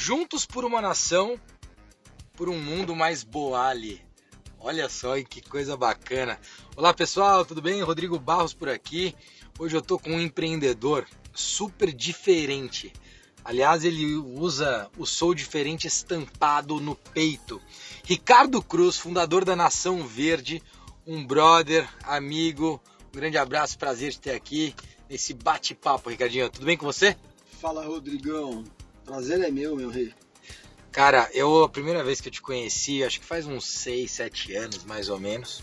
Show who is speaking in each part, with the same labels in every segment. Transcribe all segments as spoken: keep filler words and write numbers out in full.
Speaker 1: Juntos por uma nação, por um mundo mais Boali. Olha só, hein, que coisa bacana. Olá pessoal, tudo bem? Rodrigo Barros por aqui. Hoje eu tô com um empreendedor super diferente. Aliás, ele usa o Sou Diferente estampado no peito. Ricardo Cruz, fundador da Nação Verde, um brother, amigo. Um grande abraço, prazer de ter aqui nesse bate-papo, Ricardinho. Tudo bem com você?
Speaker 2: Fala, Rodrigão. Prazer é meu, meu rei.
Speaker 1: Cara, eu a primeira vez que eu te conheci, acho que faz uns seis, sete anos, mais ou menos.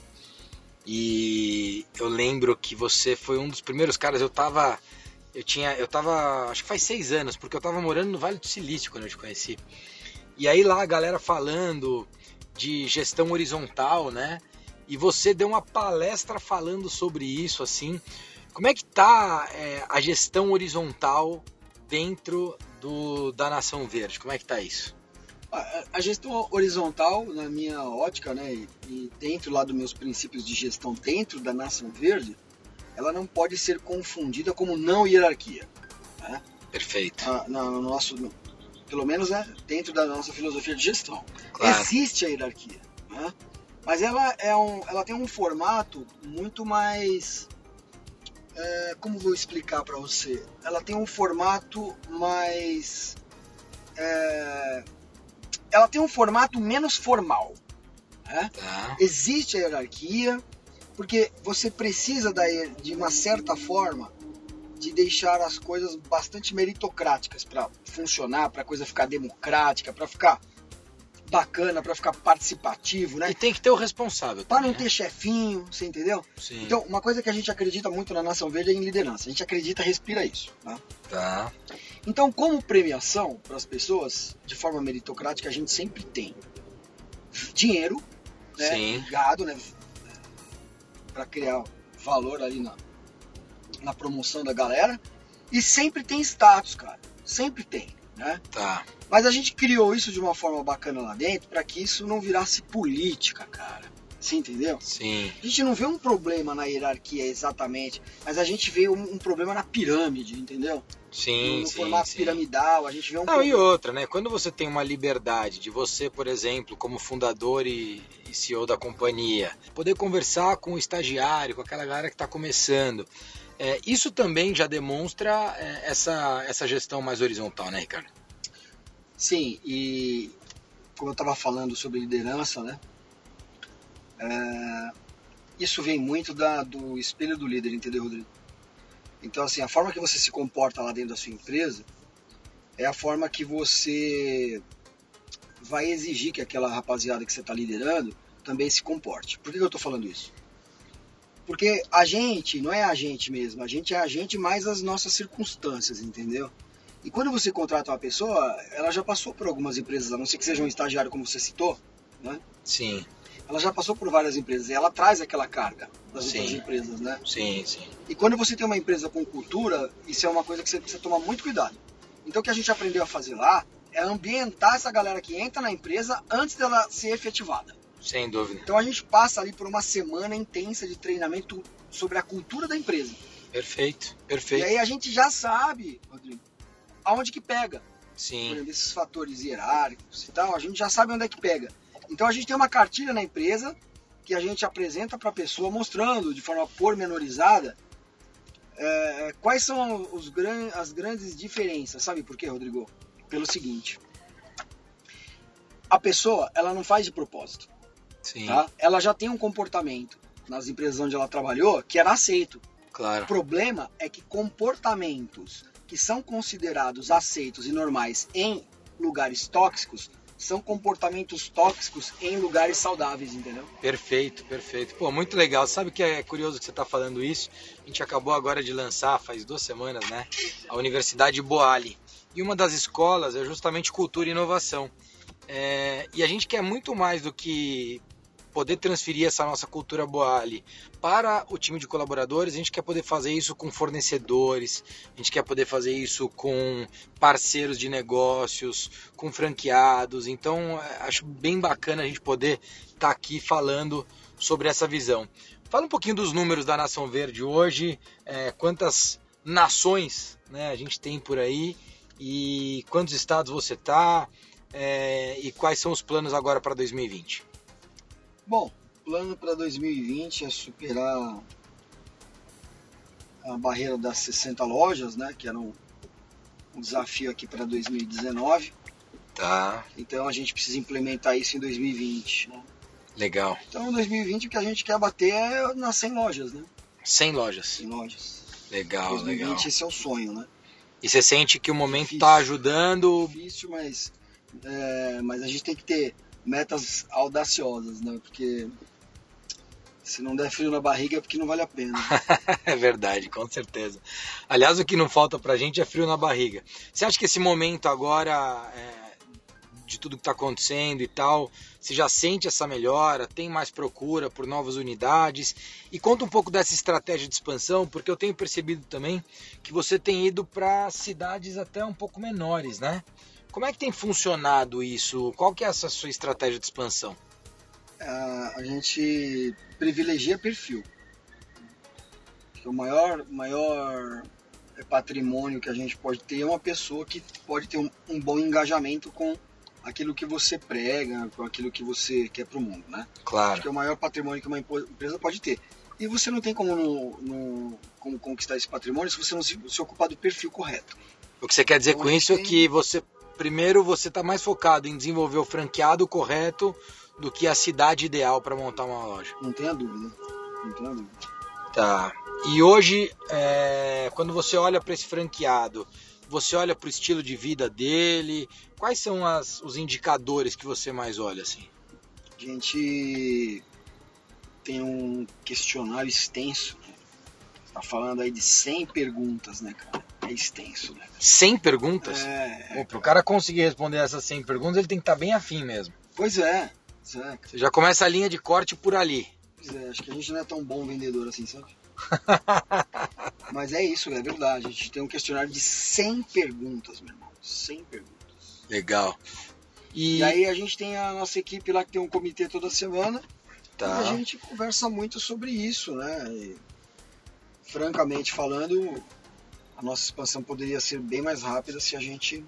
Speaker 1: E eu lembro que você foi um dos primeiros caras, eu tava... Eu tinha, eu tava, acho que faz seis anos, porque eu tava morando no Vale do Silício quando eu te conheci. E aí lá a galera falando de gestão horizontal, né? E você deu uma palestra falando sobre isso, assim. Como é que tá é, a gestão horizontal dentro do, da Nação Verde? Como é que tá isso?
Speaker 2: A, a gestão horizontal, na minha ótica, né, e, e dentro lá dos meus princípios de gestão dentro da Nação Verde, ela não pode ser confundida como não hierarquia. Né?
Speaker 1: Perfeito.
Speaker 2: Na, na, no nosso, no, pelo menos né, dentro da nossa filosofia de gestão.
Speaker 1: Claro.
Speaker 2: Existe a hierarquia, né? Mas ela, é um, ela tem um formato muito mais... É, como vou explicar para você? Ela tem um formato mais... É, ela tem um formato menos formal. Né?
Speaker 1: Tá.
Speaker 2: Existe a hierarquia, porque você precisa de uma certa forma de deixar as coisas bastante meritocráticas para funcionar, para a coisa ficar democrática, para ficar bacana, para ficar participativo, né?
Speaker 1: E tem que ter o responsável.
Speaker 2: Para não
Speaker 1: né?
Speaker 2: ter chefinho, você entendeu?
Speaker 1: Sim.
Speaker 2: Então, uma coisa que a gente acredita muito na Nação Verde é em liderança. A gente acredita, respira isso. Tá?
Speaker 1: Tá.
Speaker 2: Então, como premiação para as pessoas, de forma meritocrática, a gente sempre tem dinheiro, né?
Speaker 1: Sim.
Speaker 2: Ligado, né? Para criar valor ali na, na promoção da galera. E sempre tem status, cara. Sempre tem, né?
Speaker 1: Tá.
Speaker 2: Mas a gente criou isso de uma forma bacana lá dentro para que isso não virasse política, cara. Você entendeu?
Speaker 1: Sim.
Speaker 2: A gente não vê um problema na hierarquia exatamente, mas a gente vê um, um problema na pirâmide, entendeu?
Speaker 1: Sim,
Speaker 2: no, no
Speaker 1: sim,
Speaker 2: formato
Speaker 1: sim.
Speaker 2: piramidal, a gente vê um
Speaker 1: Não,
Speaker 2: problema.
Speaker 1: e outra, né? Quando você tem uma liberdade de você, por exemplo, como fundador e, e C E O da companhia, poder conversar com o estagiário, com aquela galera que está começando, é, isso também já demonstra é, essa, essa gestão mais horizontal, né, Ricardo?
Speaker 2: Sim, e como eu estava falando sobre liderança, né? É, isso vem muito da, do espelho do líder, entendeu, Rodrigo? Então, assim, a forma que você se comporta lá dentro da sua empresa é a forma que você vai exigir que aquela rapaziada que você está liderando também se comporte. Por que eu estou falando isso? Porque a gente não é a gente mesmo, a gente é a gente mais as nossas circunstâncias, entendeu? E quando você contrata uma pessoa, ela já passou por algumas empresas, a não ser que seja um estagiário como você citou, né?
Speaker 1: Sim.
Speaker 2: Ela já passou por várias empresas e ela traz aquela carga das
Speaker 1: Sim.
Speaker 2: outras empresas, né?
Speaker 1: Sim, sim.
Speaker 2: E quando você tem uma empresa com cultura, isso é uma coisa que você precisa tomar muito cuidado. Então o que a gente aprendeu a fazer lá é ambientar essa galera que entra na empresa antes dela ser efetivada.
Speaker 1: Sem dúvida.
Speaker 2: Então a gente passa ali por uma semana intensa de treinamento sobre a cultura da empresa.
Speaker 1: Perfeito, perfeito.
Speaker 2: E aí a gente já sabe, Rodrigo, aonde que pega.
Speaker 1: Sim.
Speaker 2: Por exemplo, esses fatores hierárquicos e tal, a gente já sabe onde é que pega. Então a gente tem uma cartilha na empresa que a gente apresenta para a pessoa mostrando de forma pormenorizada é, quais são os gran, as grandes diferenças. Sabe por quê, Rodrigo? Pelo seguinte, a pessoa ela não faz de propósito.
Speaker 1: Sim.
Speaker 2: Tá? Ela já tem um comportamento nas empresas onde ela trabalhou que era aceito.
Speaker 1: Claro.
Speaker 2: O problema é que comportamentos que são considerados aceitos e normais em lugares tóxicos são comportamentos tóxicos em lugares saudáveis, entendeu?
Speaker 1: Perfeito, perfeito. Pô, muito legal. Sabe que é curioso que você está falando isso? A gente acabou agora de lançar, faz duas semanas, né? A Universidade Boali. E uma das escolas é justamente Cultura e Inovação. É, e a gente quer muito mais do que poder transferir essa nossa cultura Boali para o time de colaboradores. A gente quer poder fazer isso com fornecedores, a gente quer poder fazer isso com parceiros de negócios, com franqueados. Então acho bem bacana a gente poder estar aqui falando sobre essa visão. Fala um pouquinho dos números da Nação Verde hoje, é, quantas nações, né, a gente tem por aí E quantos estados você tá? É, e quais são os planos agora para dois mil e vinte?
Speaker 2: Bom, o plano para dois mil e vinte é superar a barreira das sessenta lojas, né? Que era um, um desafio aqui para dois mil e dezenove.
Speaker 1: Tá.
Speaker 2: Então a gente precisa implementar isso em dois mil e vinte, né?
Speaker 1: Legal.
Speaker 2: Então em dois mil e vinte o que a gente quer bater é nas cem lojas, né?
Speaker 1: cem lojas.
Speaker 2: cem lojas.
Speaker 1: Legal,
Speaker 2: dois mil e vinte
Speaker 1: legal.
Speaker 2: esse é o sonho, né?
Speaker 1: E você sente que o momento
Speaker 2: Difícil.
Speaker 1: tá ajudando?
Speaker 2: Difícil, mas, é, mas a gente tem que ter metas audaciosas, né? Porque se não der frio na barriga é porque não vale a pena.
Speaker 1: É verdade, com certeza. Aliás, o que não falta pra gente é frio na barriga. Você acha que esse momento agora, é, de tudo que tá acontecendo e tal, você já sente essa melhora? Tem mais procura por novas unidades? E conta um pouco dessa estratégia de expansão, porque eu tenho percebido também que você tem ido para cidades até um pouco menores, né? Como é que tem funcionado isso? Qual que é essa sua estratégia de expansão?
Speaker 2: A, a gente privilegia perfil. Porque o maior, maior patrimônio que a gente pode ter é uma pessoa que pode ter um, um bom engajamento com aquilo que você prega, com aquilo que você quer para o mundo, né?
Speaker 1: Claro.
Speaker 2: Acho que é o maior patrimônio que uma empresa pode ter. E você não tem como, no, no, como conquistar esse patrimônio se você não se, se ocupar do perfil correto.
Speaker 1: O que você quer dizer
Speaker 2: então,
Speaker 1: com isso
Speaker 2: tem...
Speaker 1: é que você, primeiro, você está mais focado em desenvolver o franqueado correto do que a cidade ideal para montar uma loja.
Speaker 2: Não tenha dúvida. Não tenha dúvida.
Speaker 1: Tá. E hoje, é, quando você olha para esse franqueado, você olha para o estilo de vida dele, quais são as, os indicadores que você mais olha assim?
Speaker 2: A gente tem um questionário extenso, né? Você tá falando aí de cem perguntas, né, cara? É extenso, né?
Speaker 1: cem perguntas?
Speaker 2: É.
Speaker 1: Pô, pro cara conseguir responder essas cem perguntas, ele tem que estar bem afim mesmo.
Speaker 2: Pois é. Pois é.
Speaker 1: Você já começa a linha de corte por ali.
Speaker 2: Pois é, acho que a gente não é tão bom vendedor assim, sabe? Mas é isso, é verdade. A gente tem um questionário de cem perguntas, meu irmão. cem perguntas.
Speaker 1: Legal. E...
Speaker 2: e aí a gente tem a nossa equipe lá que tem um comitê toda semana.
Speaker 1: Tá.
Speaker 2: E a gente conversa muito sobre isso, né? E, francamente falando, a nossa expansão poderia ser bem mais rápida se a gente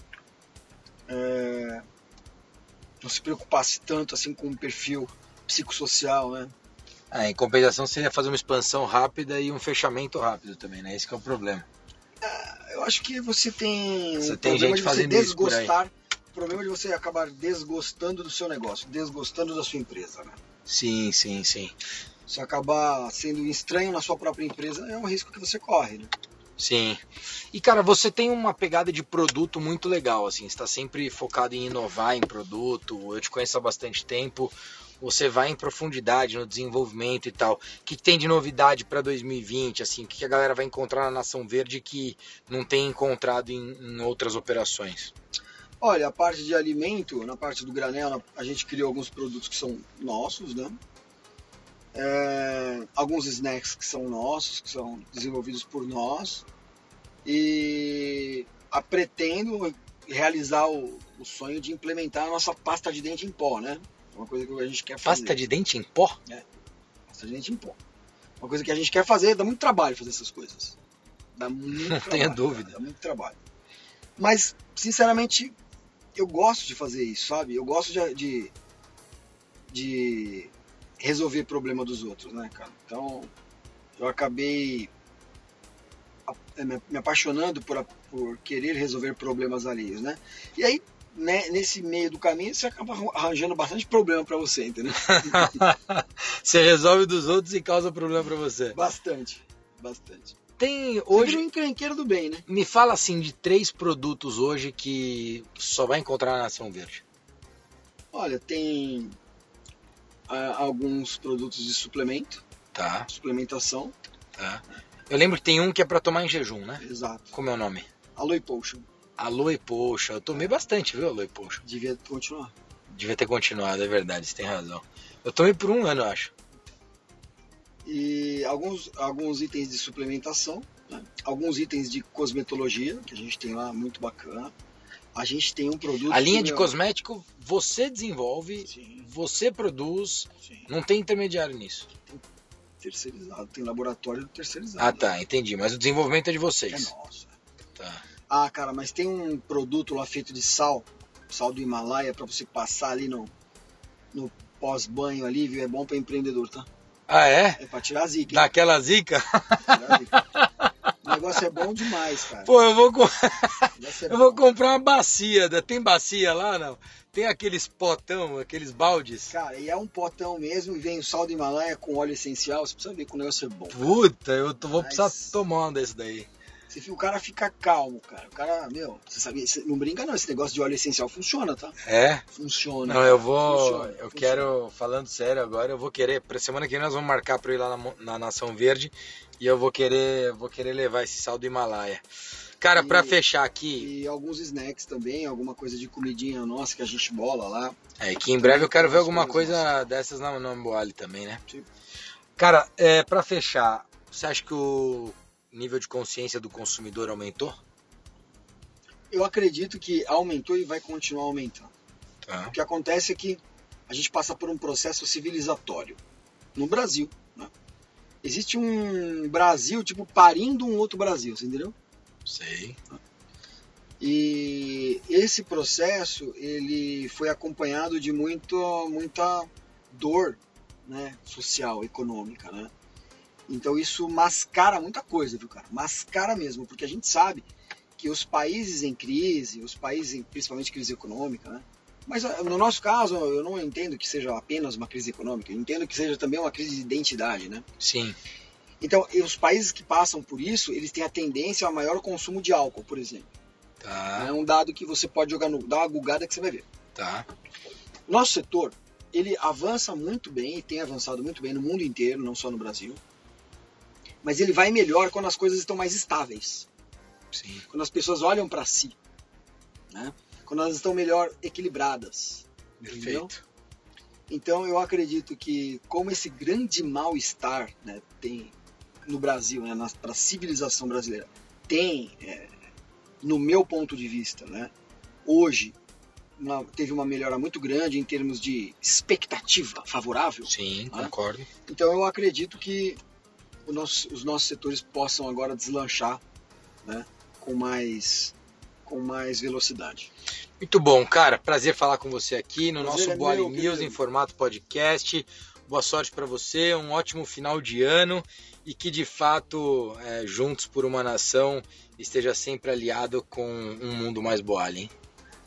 Speaker 2: é, não se preocupasse tanto assim com o perfil psicossocial, né?
Speaker 1: Ah, em compensação seria fazer uma expansão rápida e um fechamento rápido também, né? Esse que é o problema.
Speaker 2: É, eu acho que você tem
Speaker 1: você
Speaker 2: um
Speaker 1: tem
Speaker 2: problema
Speaker 1: gente
Speaker 2: de
Speaker 1: fazendo
Speaker 2: você
Speaker 1: isso por aí.
Speaker 2: desgostar, o problema de você acabar desgostando do seu negócio, desgostando da sua empresa, né?
Speaker 1: Sim, sim, sim.
Speaker 2: Você acabar sendo estranho na sua própria empresa é um risco que você corre, né?
Speaker 1: Sim. E cara, você tem uma pegada de produto muito legal, assim, está sempre focado em inovar em produto. Eu te conheço há bastante tempo. Você vai em profundidade no desenvolvimento e tal. O que tem de novidade para dois mil e vinte? Assim, o que a galera vai encontrar na Nação Verde que não tem encontrado em, em outras operações?
Speaker 2: Olha, a parte de alimento, na parte do granel, a gente criou alguns produtos que são nossos, né? É, alguns snacks que são nossos, que são desenvolvidos por nós. E a, pretendo realizar o, o sonho de implementar a nossa pasta de dente em pó, né? Uma coisa que a gente quer fazer.
Speaker 1: Pasta de dente em pó?
Speaker 2: É, pasta de dente em pó. Uma coisa que a gente quer fazer, dá muito trabalho fazer essas coisas. Dá muito
Speaker 1: Não
Speaker 2: trabalho.
Speaker 1: tenha dúvida.
Speaker 2: Dá muito trabalho. Mas, sinceramente, eu gosto de fazer isso, sabe? Eu gosto de, de, de resolver problema dos outros, né, cara? Então, eu acabei me apaixonando por, por querer resolver problemas alheios, né? E aí, né, nesse meio do caminho, você acaba arranjando bastante problema pra você, entendeu?
Speaker 1: Você resolve dos outros e causa problema pra você.
Speaker 2: Bastante, bastante.
Speaker 1: Tem
Speaker 2: Hoje
Speaker 1: hoje
Speaker 2: um encrenqueiro do bem, né?
Speaker 1: Me fala assim de três produtos hoje que só vai encontrar na Nação Verde.
Speaker 2: Olha, tem ah, alguns produtos de suplemento,
Speaker 1: Tá,
Speaker 2: suplementação.
Speaker 1: tá. Eu lembro que tem um que é pra tomar em jejum, né?
Speaker 2: Exato.
Speaker 1: Como é o nome?
Speaker 2: Aloe Potion.
Speaker 1: Aloe Potion. Eu tomei bastante, viu, Aloe Potion?
Speaker 2: Devia continuar.
Speaker 1: Devia ter continuado, é verdade, você tem razão. Eu tomei por um ano, eu acho.
Speaker 2: E alguns, alguns itens de suplementação, né? Alguns itens de cosmetologia, que a gente tem lá, muito bacana. A gente tem um produto...
Speaker 1: A linha
Speaker 2: que,
Speaker 1: de
Speaker 2: meu,
Speaker 1: cosmético você desenvolve,
Speaker 2: Sim,
Speaker 1: você produz,
Speaker 2: sim.
Speaker 1: não tem intermediário nisso.
Speaker 2: Terceirizado, tem laboratório terceirizado.
Speaker 1: Ah, tá, entendi. Mas o desenvolvimento é de vocês.
Speaker 2: É nosso.
Speaker 1: Tá.
Speaker 2: Ah, cara, mas tem um produto lá feito de sal, sal do Himalaia, pra você passar ali no, no pós-banho ali, viu? É bom pra empreendedor, tá?
Speaker 1: Ah, é?
Speaker 2: É pra tirar a zica, hein?
Speaker 1: Daquela zica?
Speaker 2: Tirar a zica. O negócio é bom demais, cara.
Speaker 1: Pô, eu vou, co-
Speaker 2: É
Speaker 1: eu vou comprar uma bacia. Tem bacia lá, não? Tem aqueles potão, aqueles baldes.
Speaker 2: Cara, e é um potão mesmo, e vem o sal do Himalaia com óleo essencial, você precisa ver que o negócio é bom.
Speaker 1: Puta, eu tô- vou
Speaker 2: Mas-
Speaker 1: precisar tomar um desse daí.
Speaker 2: Você fica- o cara fica calmo, cara. O cara, meu, você sabia, você não brinca não, esse negócio de óleo essencial funciona, tá?
Speaker 1: É?
Speaker 2: Funciona.
Speaker 1: Não, eu vou.
Speaker 2: Funciona,
Speaker 1: eu
Speaker 2: funciona.
Speaker 1: quero, falando sério agora, eu vou querer. Pra semana que vem nós vamos marcar pra eu ir lá na, Mo- na Nação Verde. E eu vou querer, vou querer levar esse sal do Himalaia. Cara, pra
Speaker 2: E-
Speaker 1: fechar aqui.
Speaker 2: E alguns snacks também, alguma coisa de comidinha nossa que a gente bola lá.
Speaker 1: É que em breve eu quero ver
Speaker 2: Algumas
Speaker 1: alguma
Speaker 2: coisas
Speaker 1: coisa dessas na, na Boali também, né?
Speaker 2: Sim.
Speaker 1: Cara, é, pra fechar, você acha que o nível de consciência do consumidor aumentou?
Speaker 2: Eu acredito que aumentou e vai continuar aumentando.
Speaker 1: Tá.
Speaker 2: O que acontece é que a gente passa por um processo civilizatório no Brasil, né? Existe um Brasil, tipo, parindo um outro Brasil, você entendeu?
Speaker 1: Sei.
Speaker 2: E esse processo, ele foi acompanhado de muito, muita dor, né, social, econômica, né? Então isso mascara muita coisa, viu, cara? Mascara mesmo, porque a gente sabe que os países em crise, os países em principalmente crise econômica, né? Mas no nosso caso, eu não entendo que seja apenas uma crise econômica, eu entendo que seja também uma crise de identidade, né?
Speaker 1: Sim.
Speaker 2: Então, os países que passam por isso, eles têm a tendência ao maior consumo de álcool, por exemplo.
Speaker 1: Tá.
Speaker 2: É um dado que você pode jogar no... dar uma gugada que você vai ver.
Speaker 1: Tá.
Speaker 2: Nosso setor, ele avança muito bem, e tem avançado muito bem no mundo inteiro, não só no Brasil. Mas ele vai melhor quando as coisas estão mais estáveis.
Speaker 1: Sim.
Speaker 2: Quando as pessoas olham para si, né? Quando elas estão melhor equilibradas. Entendeu?
Speaker 1: Perfeito.
Speaker 2: Então eu acredito que como esse grande mal-estar, né, tem no Brasil, né, para a civilização brasileira, tem, é, no meu ponto de vista, né, hoje uma, teve uma melhora muito grande em termos de expectativa favorável.
Speaker 1: Sim,
Speaker 2: né?
Speaker 1: concordo.
Speaker 2: Então eu acredito que o nosso, os nossos setores possam agora deslanchar, né, com mais, com mais velocidade.
Speaker 1: Muito bom, cara. Prazer falar com você aqui no
Speaker 2: Prazer
Speaker 1: nosso
Speaker 2: é
Speaker 1: Boali
Speaker 2: meu,
Speaker 1: News
Speaker 2: querido.
Speaker 1: em formato podcast. Boa sorte para você, um ótimo final de ano e que de fato, é, juntos por uma nação, esteja sempre aliado com um mundo mais Boali, hein?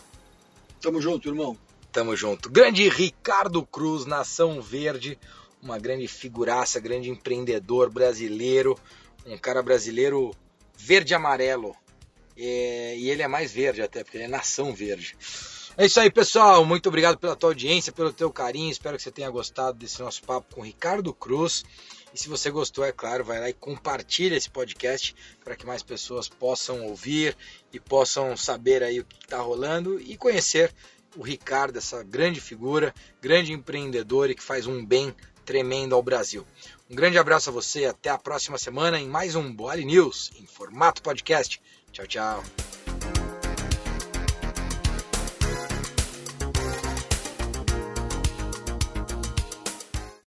Speaker 2: Tamo junto, irmão.
Speaker 1: Tamo junto. Grande Ricardo Cruz, Nação Verde, uma grande figuraça, grande empreendedor brasileiro, um cara brasileiro verde e amarelo. É, e ele é mais verde até, porque ele é Nação Verde. É isso aí, pessoal. Muito obrigado pela tua audiência, pelo teu carinho. Espero que você tenha gostado desse nosso papo com o Ricardo Cruz. E se você gostou, é claro, vai lá e compartilha esse podcast para que mais pessoas possam ouvir e possam saber aí o que está rolando e conhecer o Ricardo, essa grande figura, grande empreendedor e que faz um bem tremendo ao Brasil. Um grande abraço a você e até a próxima semana em mais um Boali News em formato podcast. Tchau, tchau.